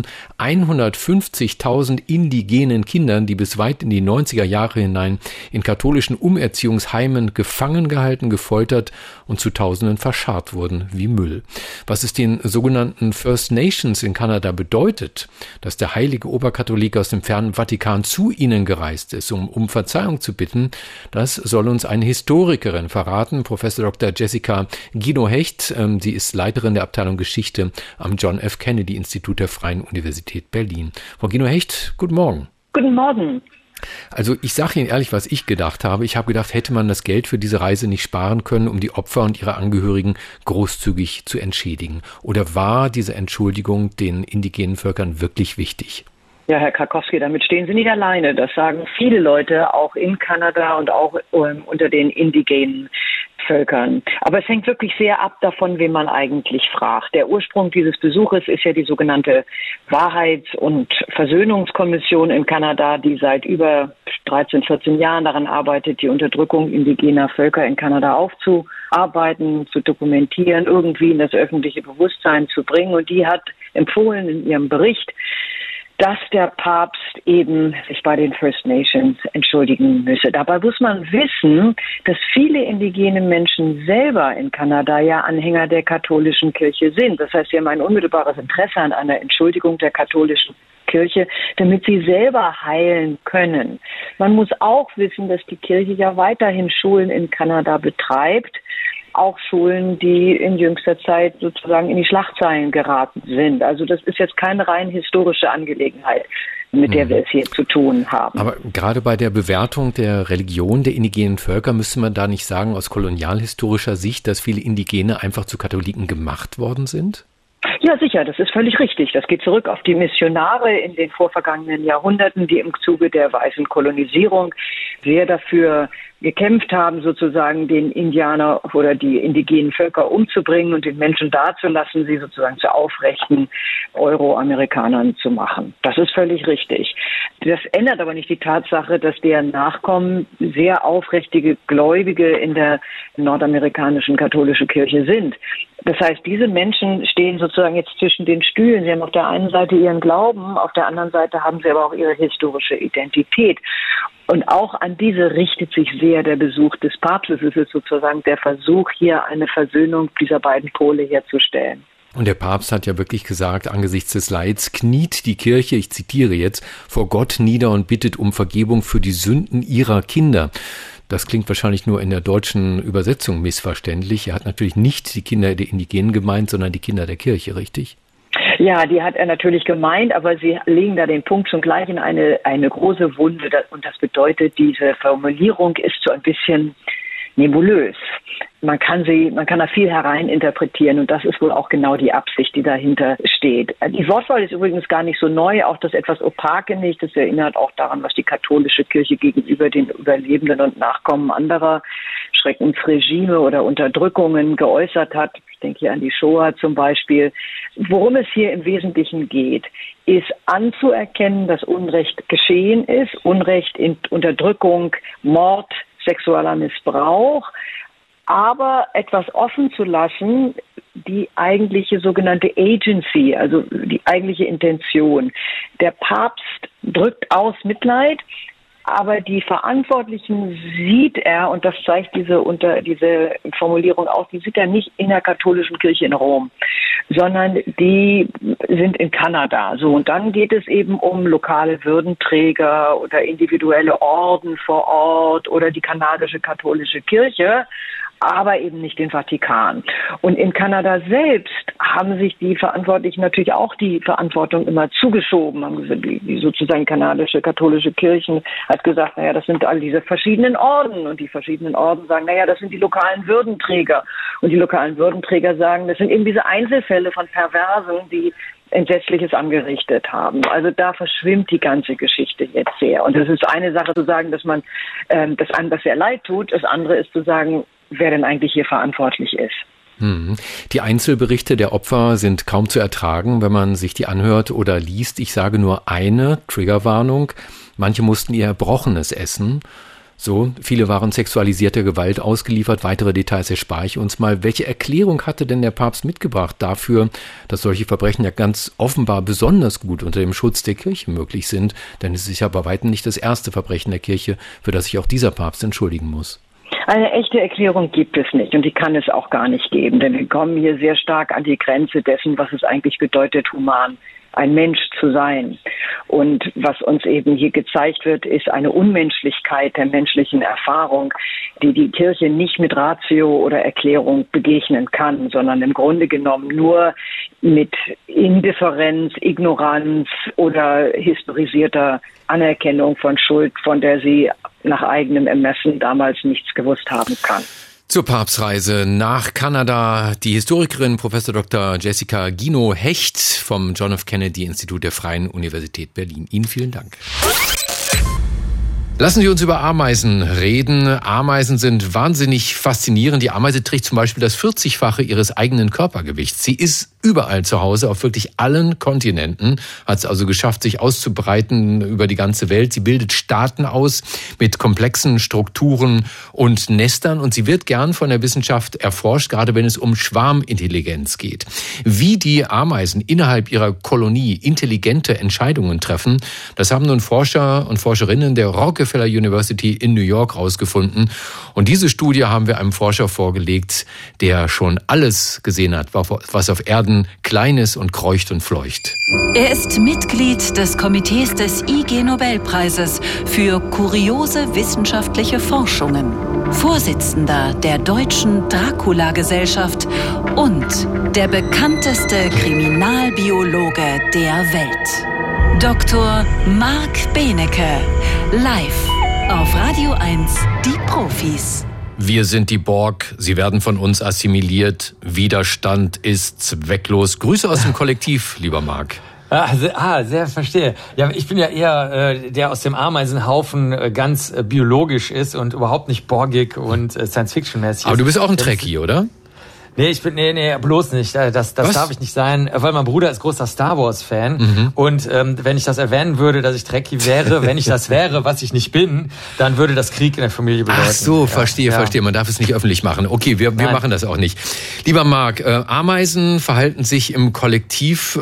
150.000 indigenen Kindern, die bis weit in die 90er Jahre hinein in katholischen Umerziehungsheimen gefangen gehalten, gefoltert und zu Tausenden verscharrt wurden wie Müll. Was es den sogenannten First Nations in Kanada bedeutet, dass der heilige Oberkatholik aus dem fernen Vatikan zu ihnen gereist ist, um Verzeihung zu bitten, das soll uns eine Historikerin verraten, Professor Dr. Jessica Guino-Hecht. Sie ist Leiterin der Abteilung Geschichte am John F. Kennedy Institut der Freien Universität Berlin. Frau Guino-Hecht, guten Morgen.
Guten Morgen.
Also ich sage Ihnen ehrlich, was ich gedacht habe. Ich habe gedacht, hätte man das Geld für diese Reise nicht sparen können, um die Opfer und ihre Angehörigen großzügig zu entschädigen? Oder war diese Entschuldigung den indigenen Völkern wirklich wichtig?
Ja, Herr Krakowski, damit stehen Sie nicht alleine. Das sagen viele Leute, auch in Kanada und auch unter den indigenen Völkern. Aber es hängt wirklich sehr ab davon, wen man eigentlich fragt. Der Ursprung dieses Besuches ist ja die sogenannte Wahrheits- und Versöhnungskommission in Kanada, die seit über 13, 14 Jahren daran arbeitet, die Unterdrückung indigener Völker in Kanada aufzuarbeiten, zu dokumentieren, irgendwie in das öffentliche Bewusstsein zu bringen. Und die hat empfohlen in ihrem Bericht, dass der Papst eben sich bei den First Nations entschuldigen müsse. Dabei muss man wissen, dass viele indigene Menschen selber in Kanada ja Anhänger der katholischen Kirche sind. Das heißt, sie haben ein unmittelbares Interesse an einer Entschuldigung der katholischen Kirche, damit sie selber heilen können. Man muss auch wissen, dass die Kirche ja weiterhin Schulen in Kanada betreibt, auch Schulen, die in jüngster Zeit sozusagen in die Schlagzeilen geraten sind. Also das ist jetzt keine rein historische Angelegenheit, mit der wir es hier zu tun haben.
Aber gerade bei der Bewertung der Religion der indigenen Völker müsste man da nicht sagen, aus kolonialhistorischer Sicht, dass viele Indigene einfach zu Katholiken gemacht worden sind?
Ja, sicher, das ist völlig richtig. Das geht zurück auf die Missionare in den vorvergangenen Jahrhunderten, die im Zuge der weißen Kolonisierung sehr dafür gekämpft haben, sozusagen den Indianer oder die indigenen Völker umzubringen und den Menschen dazulassen, sie sozusagen zu aufrechten Euroamerikanern zu machen. Das ist völlig richtig. Das ändert aber nicht die Tatsache, dass deren Nachkommen sehr aufrichtige Gläubige in der nordamerikanischen katholischen Kirche sind. Das heißt, diese Menschen stehen sozusagen jetzt zwischen den Stühlen. Sie haben auf der einen Seite ihren Glauben, auf der anderen Seite haben sie aber auch ihre historische Identität. Und auch an diese richtet sich sehr der Besuch des Papstes. Es ist sozusagen der Versuch, hier eine Versöhnung dieser beiden Pole herzustellen.
Und der Papst hat ja wirklich gesagt, angesichts des Leids kniet die Kirche, ich zitiere jetzt, vor Gott nieder und bittet um Vergebung für die Sünden ihrer Kinder. Das klingt wahrscheinlich nur in der deutschen Übersetzung missverständlich. Er hat natürlich nicht die Kinder der Indigenen gemeint, sondern die Kinder der Kirche, richtig?
Ja, die hat er natürlich gemeint, aber Sie legen da den Punkt schon gleich in eine große Wunde. Und das bedeutet, diese Formulierung ist so ein bisschen nebulös. Man kann da viel hereininterpretieren und das ist wohl auch genau die Absicht, die dahinter steht. Die Wortwahl ist übrigens gar nicht so neu, auch das etwas Opake nicht. Das erinnert auch daran, was die katholische Kirche gegenüber den Überlebenden und Nachkommen anderer Schreckensregime oder Unterdrückungen geäußert hat. Ich denke hier an die Shoah zum Beispiel. Worum es hier im Wesentlichen geht, ist anzuerkennen, dass Unrecht geschehen ist, Unrecht in Unterdrückung, Mord, sexueller Missbrauch, aber etwas offen zu lassen, die eigentliche sogenannte Agency, also die eigentliche Intention. Der Papst drückt aus Mitleid, aber die Verantwortlichen sieht er, und das zeigt diese Formulierung auch, die sieht er nicht in der katholischen Kirche in Rom, sondern die sind in Kanada. So, und dann geht es eben um lokale Würdenträger oder individuelle Orden vor Ort oder die kanadische katholische Kirche, aber eben nicht den Vatikan. Und in Kanada selbst haben sich die Verantwortlichen natürlich auch die Verantwortung immer zugeschoben. Haben gesagt, die sozusagen kanadische katholische Kirchen hat gesagt, naja, das sind all diese verschiedenen Orden. Und die verschiedenen Orden sagen, naja, das sind die lokalen Würdenträger. Und die lokalen Würdenträger sagen, das sind eben diese Einzelfälle von Perversen, die Entsetzliches angerichtet haben. Also da verschwimmt die ganze Geschichte jetzt sehr. Und es ist eine Sache zu sagen, dass man dass einem das sehr leid tut. Das andere ist zu sagen, wer denn eigentlich hier verantwortlich ist.
Die Einzelberichte der Opfer sind kaum zu ertragen, wenn man sich die anhört oder liest. Ich sage nur eine Triggerwarnung. Manche mussten ihr Erbrochenes essen. So, viele waren sexualisierter Gewalt ausgeliefert. Weitere Details erspare ich uns mal. Welche Erklärung hatte denn der Papst mitgebracht dafür, dass solche Verbrechen ja ganz offenbar besonders gut unter dem Schutz der Kirche möglich sind? Denn es ist ja bei weitem nicht das erste Verbrechen der Kirche, für das sich auch dieser Papst entschuldigen muss.
Eine echte Erklärung gibt es nicht und die kann es auch gar nicht geben, denn wir kommen hier sehr stark an die Grenze dessen, was es eigentlich bedeutet, human, ein Mensch zu sein. Und was uns eben hier gezeigt wird, ist eine Unmenschlichkeit der menschlichen Erfahrung, die die Kirche nicht mit Ratio oder Erklärung begegnen kann, sondern im Grunde genommen nur mit Indifferenz, Ignoranz oder historisierter Anerkennung von Schuld, von der sie nach eigenem Ermessen damals nichts gewusst haben kann.
Zur Papstreise nach Kanada die Historikerin Prof. Dr. Jessica Guino-Hecht vom John F. Kennedy Institut der Freien Universität Berlin. Ihnen vielen Dank. Lassen Sie uns über Ameisen reden. Ameisen sind wahnsinnig faszinierend. Die Ameise trägt zum Beispiel das 40-fache ihres eigenen Körpergewichts. Sie ist überall zu Hause, auf wirklich allen Kontinenten. Hat es also geschafft, sich auszubreiten über die ganze Welt. Sie bildet Staaten aus mit komplexen Strukturen und Nestern. Und sie wird gern von der Wissenschaft erforscht, gerade wenn es um Schwarmintelligenz geht. Wie die Ameisen innerhalb ihrer Kolonie intelligente Entscheidungen treffen, das haben nun Forscher und Forscherinnen der Rockefeller University in New York rausgefunden. Und diese Studie haben wir einem Forscher vorgelegt, der schon alles gesehen hat, was auf Erden klein ist und kreucht und fleucht.
Er ist Mitglied des Komitees des IG-Nobelpreises für kuriose wissenschaftliche Forschungen, Vorsitzender der Deutschen Dracula-Gesellschaft und der bekannteste Kriminalbiologe der Welt. Dr. Marc Benecke, live auf Radio 1, die Profis.
Wir sind die Borg, sie werden von uns assimiliert, Widerstand ist zwecklos. Grüße aus dem Kollektiv, lieber Marc.
Sehr verstehe. Ja, ich bin ja eher der aus dem Ameisenhaufen ganz biologisch ist und überhaupt nicht borgig und Science-Fiction-mäßig.
Aber du bist auch ein Trekkie, oder?
Nee, bloß nicht. Das darf ich nicht sein, weil mein Bruder ist großer Star Wars-Fan. Und wenn ich das erwähnen würde, dass ich Trekkie wäre, wenn ich das wäre, was ich nicht bin, dann würde das Krieg in der Familie bedeuten.
Ach so, verstehe. Man darf es nicht öffentlich machen. Okay, wir machen das auch nicht. Lieber Marc, Ameisen verhalten sich im Kollektiv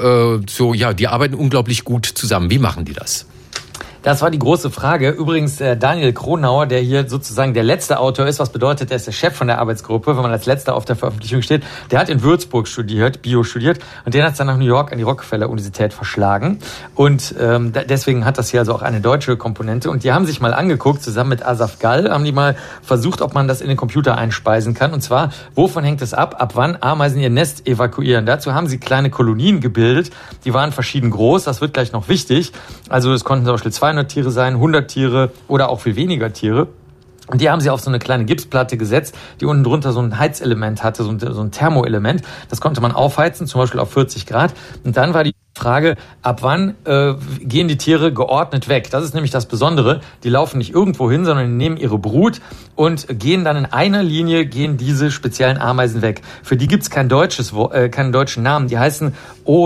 die arbeiten unglaublich gut zusammen. Wie machen die das?
Das war die große Frage. Übrigens, Daniel Kronauer, der hier sozusagen der letzte Autor ist, was bedeutet, er ist der Chef von der Arbeitsgruppe, wenn man als letzter auf der Veröffentlichung steht, der hat in Würzburg Bio studiert und den hat es dann nach New York an die Rockefeller-Universität verschlagen. Und deswegen hat das hier also auch eine deutsche Komponente. Und die haben sich mal angeguckt, zusammen mit Asaf Gall, haben die mal versucht, ob man das in den Computer einspeisen kann. Und zwar, wovon hängt es ab wann Ameisen ihr Nest evakuieren? Dazu haben sie kleine Kolonien gebildet, die waren verschieden groß, das wird gleich noch wichtig. Also es konnten zum Beispiel 200 Tiere sein, 100 Tiere oder auch viel weniger Tiere. Und die haben sie auf so eine kleine Gipsplatte gesetzt, die unten drunter so ein Heizelement hatte, so ein Thermoelement. Das konnte man aufheizen, zum Beispiel auf 40 Grad. Und dann war die Frage, ab wann gehen die Tiere geordnet weg? Das ist nämlich das Besondere. Die laufen nicht irgendwo hin, sondern die nehmen ihre Brut und gehen dann in einer Linie, gehen diese speziellen Ameisen weg. Für die gibt's keinen deutschen Namen. Die heißen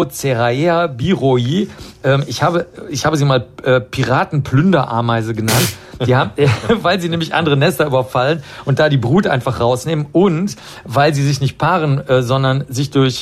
Oceraea biroi. Ich habe sie mal Piratenplünderameise genannt. Die haben, weil sie nämlich andere Nester überfallen und da die Brut einfach rausnehmen und weil sie sich nicht paaren, sondern sich durch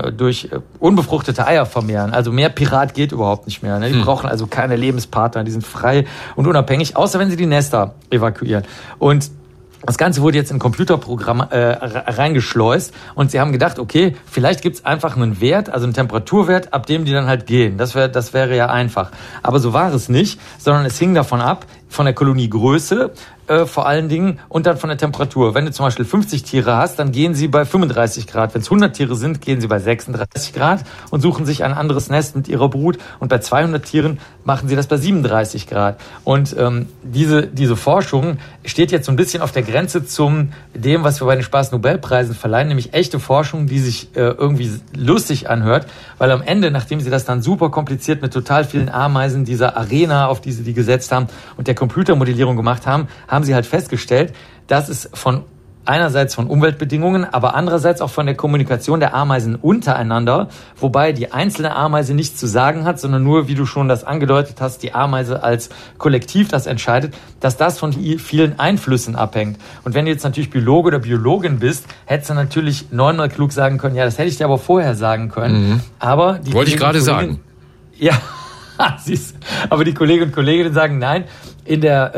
unbefruchtete Eier vermehren. Also mehr Pirat geht überhaupt nicht mehr. Ne? Die brauchen also keine Lebenspartner, die sind frei und unabhängig, außer wenn sie die Nester evakuieren. Und das Ganze wurde jetzt in ein Computerprogramm reingeschleust und sie haben gedacht, okay, vielleicht gibt's einfach einen Wert, also einen Temperaturwert, ab dem die dann halt gehen. Das wäre ja einfach. Aber so war es nicht, sondern es hing davon ab, von der Koloniegröße vor allen Dingen und dann von der Temperatur. Wenn du zum Beispiel 50 Tiere hast, dann gehen sie bei 35 Grad. Wenn es 100 Tiere sind, gehen sie bei 36 Grad und suchen sich ein anderes Nest mit ihrer Brut. Und bei 200 Tieren machen sie das bei 37 Grad. Und diese Forschung steht jetzt so ein bisschen auf der Grenze zum dem, was wir bei den Spaß-Nobelpreisen verleihen, nämlich echte Forschung, die sich irgendwie lustig anhört, weil am Ende, nachdem sie das dann super kompliziert mit total vielen Ameisen dieser Arena, auf die sie die gesetzt haben und der Computermodellierung gemacht haben, haben sie halt festgestellt, dass es einerseits von Umweltbedingungen, aber andererseits auch von der Kommunikation der Ameisen untereinander, wobei die einzelne Ameise nichts zu sagen hat, sondern nur, wie du schon das angedeutet hast, die Ameise als Kollektiv das entscheidet, dass das von vielen Einflüssen abhängt. Und wenn du jetzt natürlich Biologe oder Biologin bist, hättest du natürlich 9-mal klug sagen können, ja, das hätte ich dir aber vorher sagen können. Aber die
wollte ich gerade sagen.
Ja, siehst, aber die Kolleginnen und Kollegen sagen, nein, an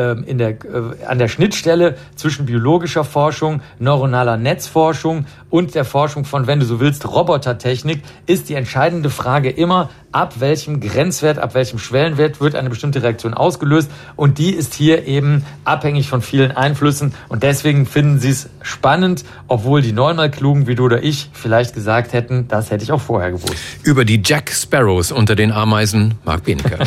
der Schnittstelle zwischen biologischer Forschung, neuronaler Netzforschung und der Forschung von, wenn du so willst, Robotertechnik, ist die entscheidende Frage immer, ab welchem Grenzwert, ab welchem Schwellenwert wird eine bestimmte Reaktion ausgelöst. Und die ist hier eben abhängig von vielen Einflüssen. Und deswegen finden sie es spannend, obwohl die 9-mal Klugen wie du oder ich vielleicht gesagt hätten, das hätte ich auch vorher gewusst.
Über die Jack Sparrows unter den Ameisen, Marc Benecke.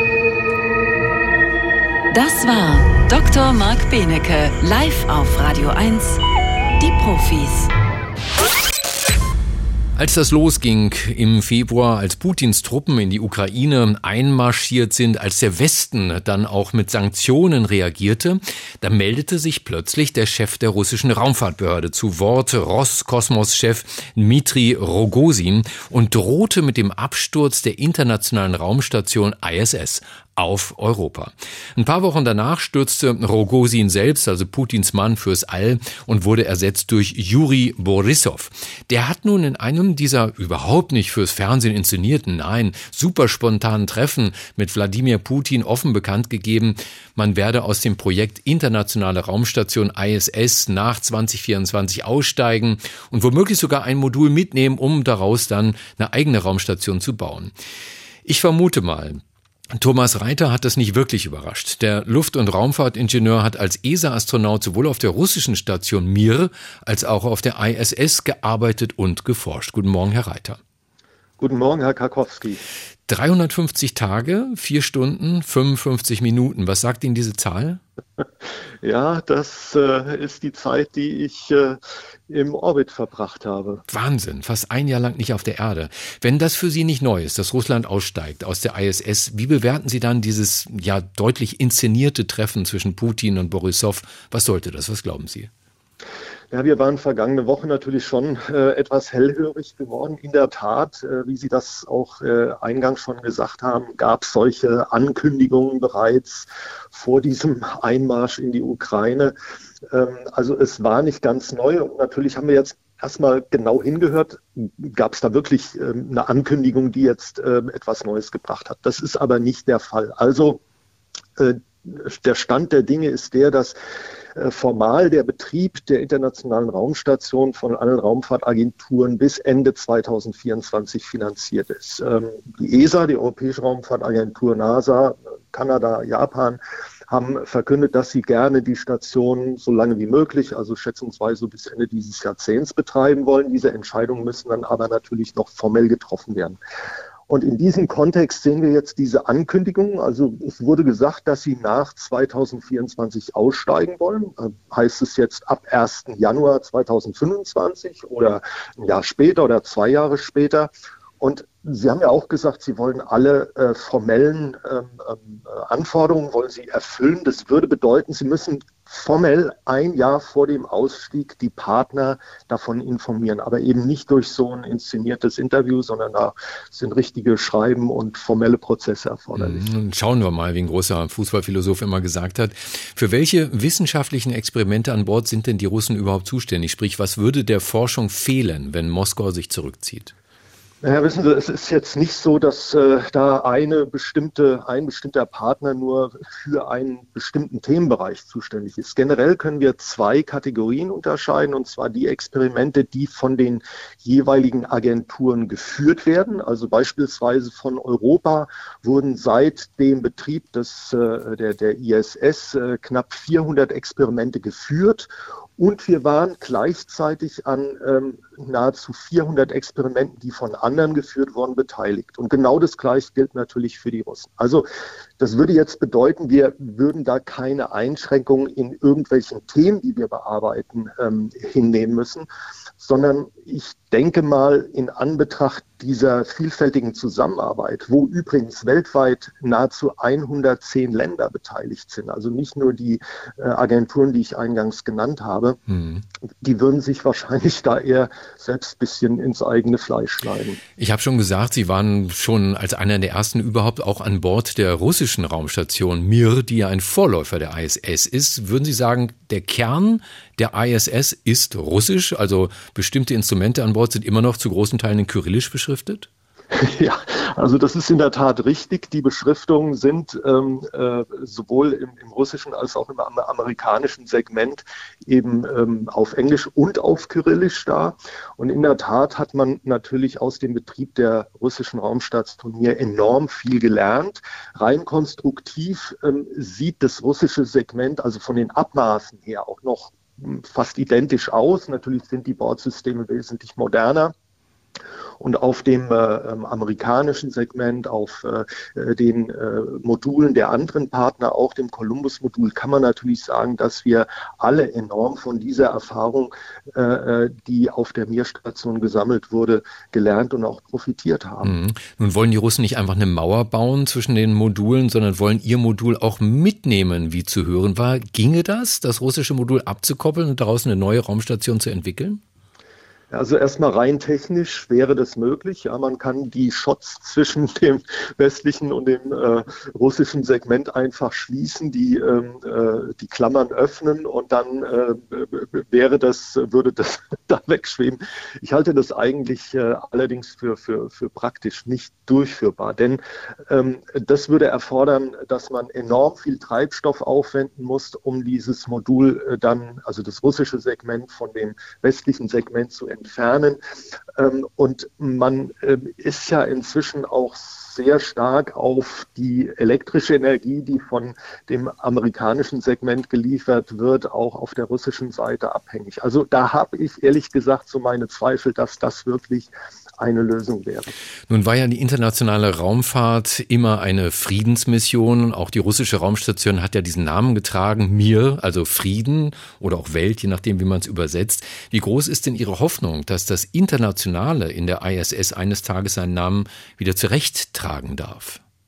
Das war Dr. Marc Benecke, live auf Radio 1, die Profis.
Als das losging im Februar, als Putins Truppen in die Ukraine einmarschiert sind, als der Westen dann auch mit Sanktionen reagierte, da meldete sich plötzlich der Chef der russischen Raumfahrtbehörde zu Wort, Roskosmos-Chef Dmitri Rogozin, und drohte mit dem Absturz der internationalen Raumstation ISS auf Europa. Ein paar Wochen danach stürzte Rogozin selbst, also Putins Mann fürs All, und wurde ersetzt durch Juri Borissow. Der hat nun in einem dieser überhaupt nicht fürs Fernsehen inszenierten, nein, super spontanen Treffen mit Wladimir Putin offen bekannt gegeben, man werde aus dem Projekt Internationale Raumstation ISS nach 2024 aussteigen und womöglich sogar ein Modul mitnehmen, um daraus dann eine eigene Raumstation zu bauen. Ich vermute mal, Thomas Reiter hat das nicht wirklich überrascht. Der Luft- und Raumfahrtingenieur hat als ESA-Astronaut sowohl auf der russischen Station Mir als auch auf der ISS gearbeitet und geforscht. Guten Morgen, Herr Reiter.
Guten Morgen, Herr Karkowski.
350 Tage, 4 Stunden, 55 Minuten. Was sagt Ihnen diese Zahl?
Ja, das ist die Zeit, die ich im Orbit verbracht habe.
Wahnsinn, fast ein Jahr lang nicht auf der Erde. Wenn das für Sie nicht neu ist, dass Russland aussteigt aus der ISS, wie bewerten Sie dann dieses ja deutlich inszenierte Treffen zwischen Putin und Borissow? Was sollte das? Was glauben Sie?
Ja, wir waren vergangene Woche natürlich schon etwas hellhörig geworden. In der Tat, wie Sie das auch eingangs schon gesagt haben, gab es solche Ankündigungen bereits vor diesem Einmarsch in die Ukraine. Also es war nicht ganz neu und natürlich haben wir jetzt erstmal genau hingehört, gab es da wirklich eine Ankündigung, die jetzt etwas Neues gebracht hat. Das ist aber nicht der Fall. Also der Stand der Dinge ist der, dass formal der Betrieb der internationalen Raumstation von allen Raumfahrtagenturen bis Ende 2024 finanziert ist. Die ESA, die Europäische Raumfahrtagentur, NASA, Kanada, Japan, haben verkündet, dass sie gerne die Station so lange wie möglich, also schätzungsweise bis Ende dieses Jahrzehnts betreiben wollen. Diese Entscheidungen müssen dann aber natürlich noch formell getroffen werden. Und in diesem Kontext sehen wir jetzt diese Ankündigung. Also es wurde gesagt, dass sie nach 2024 aussteigen wollen. Heißt es jetzt ab 1. Januar 2025 oder ein Jahr später oder 2 Jahre später? Und Sie haben ja auch gesagt, Sie wollen alle formellen Anforderungen wollen Sie erfüllen. Das würde bedeuten, Sie müssen formell 1 Jahr vor dem Ausstieg die Partner davon informieren, aber eben nicht durch so ein inszeniertes Interview, sondern da sind richtige Schreiben und formelle Prozesse erforderlich.
Schauen wir mal, wie ein großer Fußballphilosoph immer gesagt hat. Für welche wissenschaftlichen Experimente an Bord sind denn die Russen überhaupt zuständig? Sprich, was würde der Forschung fehlen, wenn Moskau sich zurückzieht?
Ja, wissen Sie, es ist jetzt nicht so, dass da ein bestimmter Partner nur für einen bestimmten Themenbereich zuständig ist. Generell können wir 2 Kategorien unterscheiden, und zwar die Experimente, die von den jeweiligen Agenturen geführt werden. Also beispielsweise von Europa wurden seit dem Betrieb der ISS knapp 400 Experimente geführt. Und wir waren gleichzeitig an nahezu 400 Experimenten, die von anderen geführt wurden, beteiligt. Und genau das Gleiche gilt natürlich für die Russen. Also das würde jetzt bedeuten, wir würden da keine Einschränkungen in irgendwelchen Themen, die wir bearbeiten, hinnehmen müssen, sondern ich denke mal, in Anbetracht dieser vielfältigen Zusammenarbeit, wo übrigens weltweit nahezu 110 Länder beteiligt sind, also nicht nur die Agenturen, die ich eingangs genannt habe, die würden sich wahrscheinlich da eher selbst ein bisschen ins eigene Fleisch schneiden.
Ich habe schon gesagt, Sie waren schon als einer der ersten überhaupt auch an Bord der russischen Raumstation Mir, die ja ein Vorläufer der ISS ist. Würden Sie sagen, der Kern der ISS ist russisch, also bestimmte Instrumente an Bord sind immer noch zu großen Teilen in Kyrillisch beschriftet?
Ja, also das ist in der Tat richtig. Die Beschriftungen sind sowohl im russischen als auch im amerikanischen Segment eben auf Englisch und auf Kyrillisch da. Und in der Tat hat man natürlich aus dem Betrieb der russischen Raumstation Mir enorm viel gelernt. Rein konstruktiv sieht das russische Segment also von den Abmaßen her auch noch fast identisch aus. Natürlich sind die Bordsysteme wesentlich moderner. Und auf dem amerikanischen Segment, auf den Modulen der anderen Partner, auch dem Columbus-Modul, kann man natürlich sagen, dass wir alle enorm von dieser Erfahrung, die auf der Mir-Station gesammelt wurde, gelernt und auch profitiert haben.
Nun wollen die Russen nicht einfach eine Mauer bauen zwischen den Modulen, sondern wollen ihr Modul auch mitnehmen, wie zu hören war. Ginge das russische Modul abzukoppeln und daraus eine neue Raumstation zu entwickeln?
Also erstmal rein technisch wäre das möglich. Ja, man kann die Shots zwischen dem westlichen und dem russischen Segment einfach schließen, die Klammern öffnen und dann würde das da wegschweben. Ich halte das eigentlich allerdings für praktisch nicht durchführbar, denn das würde erfordern, dass man enorm viel Treibstoff aufwenden muss, um dieses Modul dann, also das russische Segment von dem westlichen Segment zu entfernen. Und man ist ja inzwischen auch sehr stark auf die elektrische Energie, die von dem amerikanischen Segment geliefert wird, auch auf der russischen Seite abhängig. Also da habe ich ehrlich gesagt so meine Zweifel, dass das wirklich eine Lösung wäre.
Nun war ja die internationale Raumfahrt immer eine Friedensmission. Auch die russische Raumstation hat ja diesen Namen getragen, Mir, also Frieden oder auch Welt, je nachdem, wie man es übersetzt. Wie groß ist denn Ihre Hoffnung, dass das Internationale in der ISS eines Tages seinen Namen wieder zurechttragen darf?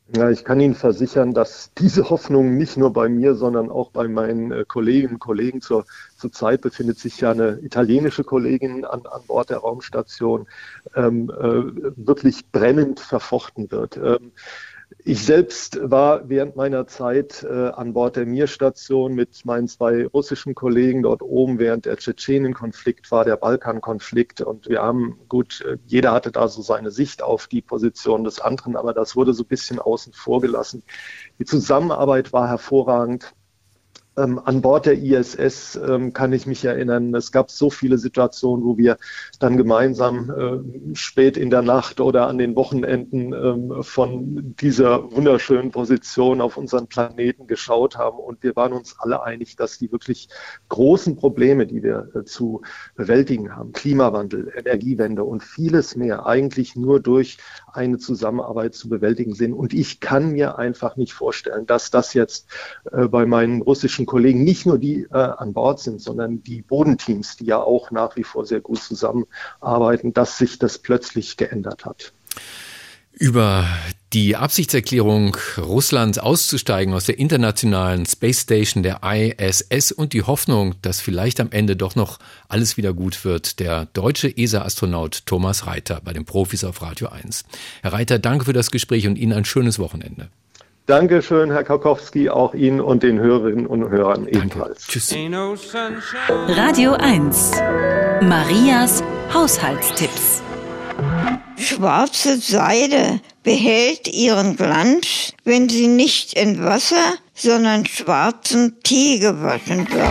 Ja, ich kann Ihnen versichern, dass diese Hoffnung nicht nur bei mir, sondern auch bei meinen Kolleginnen und Kollegen, zurzeit befindet sich ja eine italienische Kollegin an Bord der Raumstation, wirklich brennend verfochten wird. Ich selbst war während meiner Zeit an Bord der Mir-Station mit meinen 2 russischen Kollegen dort oben, während der Tschetschenien-Konflikt war, der Balkan-Konflikt. Und wir haben, jeder hatte da so seine Sicht auf die Position des anderen, aber das wurde so ein bisschen außen vor gelassen. Die Zusammenarbeit war hervorragend. An Bord der ISS kann ich mich erinnern, es gab so viele Situationen, wo wir dann gemeinsam spät in der Nacht oder an den Wochenenden von dieser wunderschönen Position auf unseren Planeten geschaut haben. Und wir waren uns alle einig, dass die wirklich großen Probleme, die wir zu bewältigen haben, Klimawandel, Energiewende und vieles mehr, eigentlich nur durch eine Zusammenarbeit zu bewältigen sind. Und ich kann mir einfach nicht vorstellen, dass das jetzt bei meinen russischen Kollegen, nicht nur die an Bord sind, sondern die Bodenteams, die ja auch nach wie vor sehr gut zusammenarbeiten, dass sich das plötzlich geändert hat.
Über die Absichtserklärung Russlands auszusteigen aus der internationalen Space Station der ISS und die Hoffnung, dass vielleicht am Ende doch noch alles wieder gut wird, der deutsche ESA-Astronaut Thomas Reiter bei den Profis auf Radio 1. Herr Reiter, danke für das Gespräch und Ihnen ein schönes Wochenende.
Dankeschön, Herr Karkowski, auch Ihnen und den Hörerinnen und Hörern ebenfalls.
Tschüss.
Radio 1. Marias Haushaltstipps.
Schwarze Seide behält ihren Glanz, wenn sie nicht in Wasser, sondern schwarzen Tee gewaschen wird.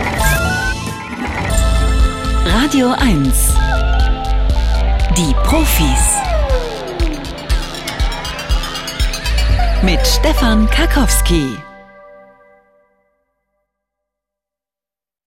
Radio 1. Die Profis. Mit Stefan Karkowski.